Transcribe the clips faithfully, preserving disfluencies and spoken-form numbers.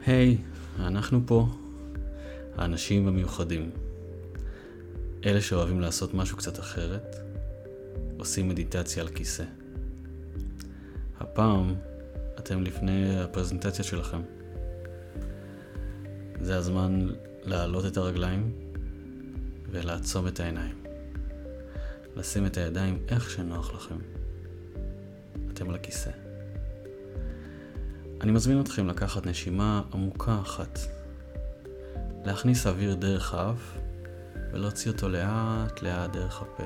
היי, אנחנו פה, האנשים המיוחדים. אלה שאוהבים לעשות משהו קצת אחרת, עושים מדיטציה על כיסא. הפעם אתם לפני הפרזנטציה שלכם. זה הזמן להעלות את הרגליים ולעצום את העיניים. לשים את הידיים איך שנוח לכם. אתם על הכיסא. אני מזמין אתכם לקחת נשימה עמוקה אחת. להכניס אוויר דרך האף ולהוציא אותו לאט לאט דרך הפה.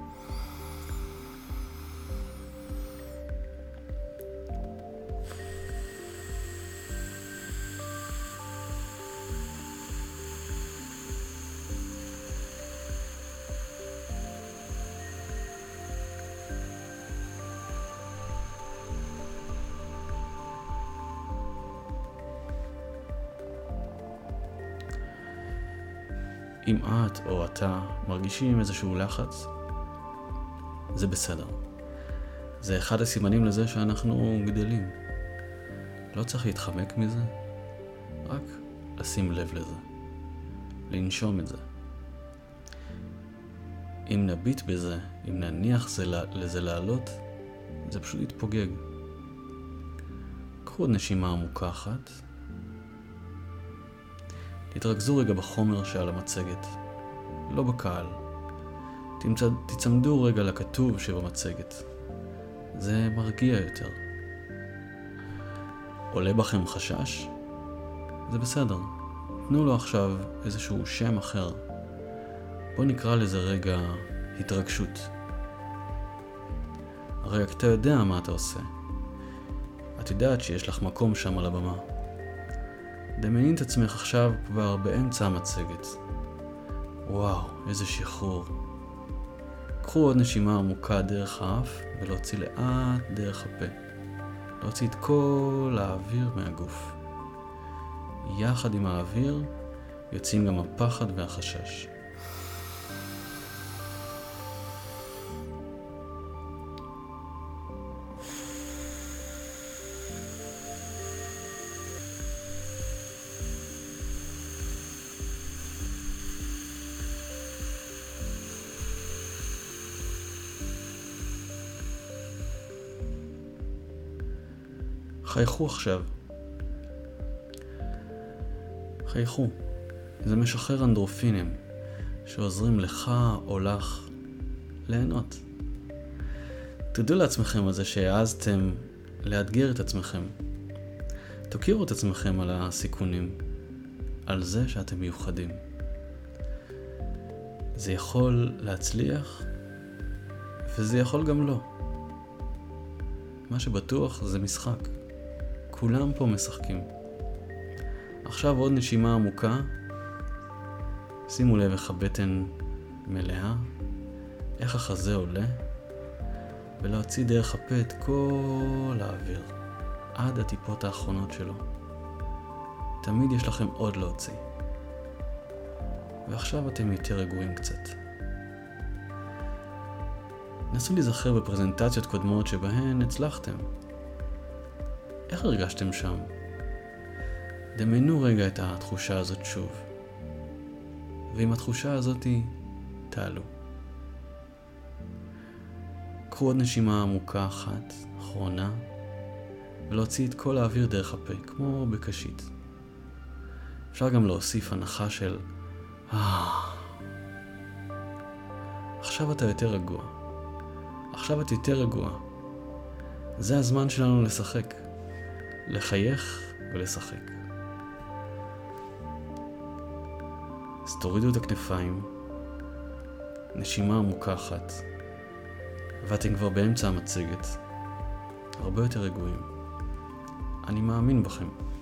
אם את או אתה מרגישים איזשהו לחץ, זה בסדר. זה אחד הסימנים לזה שאנחנו גדלים. לא צריך להתחמק מזה, רק לשים לב לזה. לנשום את זה. אם נביט בזה, אם נניח זה, לזה לעלות, זה פשוט יתפוגג. קחו עוד נשימה עמוקה אחת. תתרכזו רגע בחומר שעל המצגת, לא בקהל. תמצא, תצמדו רגע לכתוב שבמצגת. זה מרגיע יותר. עולה בכם חשש? זה בסדר. תנו לו עכשיו איזשהו שם אחר. בוא נקרא לזה רגע התרגשות. הרי אתה יודע מה אתה עושה. את יודעת שיש לך מקום שם על הבמה. דמייני את עצמך עכשיו כבר באמצע המצגת. וואו, איזה שחרור. קחו עוד נשימה עמוקה דרך האף ולהוציא לאט דרך הפה. להוציא את כל האוויר מהגוף. יחד עם האוויר יוצאים גם הפחד והחשש. חייכו עכשיו. חייכו. זה משחרר אנדרופינים שעוזרים לך או לך ליהנות. תדעו לעצמכם על זה שהעזתם לאתגר את עצמכם. תכירו את עצמכם על הסיכונים, על זה שאתם מיוחדים. זה יכול להצליח וזה יכול גם לא. מה שבטוח זה משחק. כולם פה משחקים. עכשיו עוד נשימה עמוקה. שימו לב איך הבטן מלאה, איך החזה עולה, ולהוציא דרך הפה את כל האוויר, עד הטיפות האחרונות שלו. תמיד יש לכם עוד להוציא. ועכשיו אתם יותר רגועים קצת. נסו להיזכר בפרזנטציות קודמות שבהן הצלחתם. איך הרגשתם שם? דמיינו רגע את התחושה הזאת שוב. ועם התחושה הזאת תעלו. קחו עוד נשימה עמוקה אחת, אחרונה, ולהוציא את כל האוויר דרך הפה, כמו בקשית. אפשר גם להוסיף הנחה של עכשיו אתה יותר רגוע. עכשיו את יותר רגוע. זה הזמן שלנו לשחק. לחייך ולשחק. אז תורידו את הכנפיים, נשימה עמוקה אחת, ואתם כבר באמצע המצגת, הרבה יותר רגועים. אני מאמין בכם.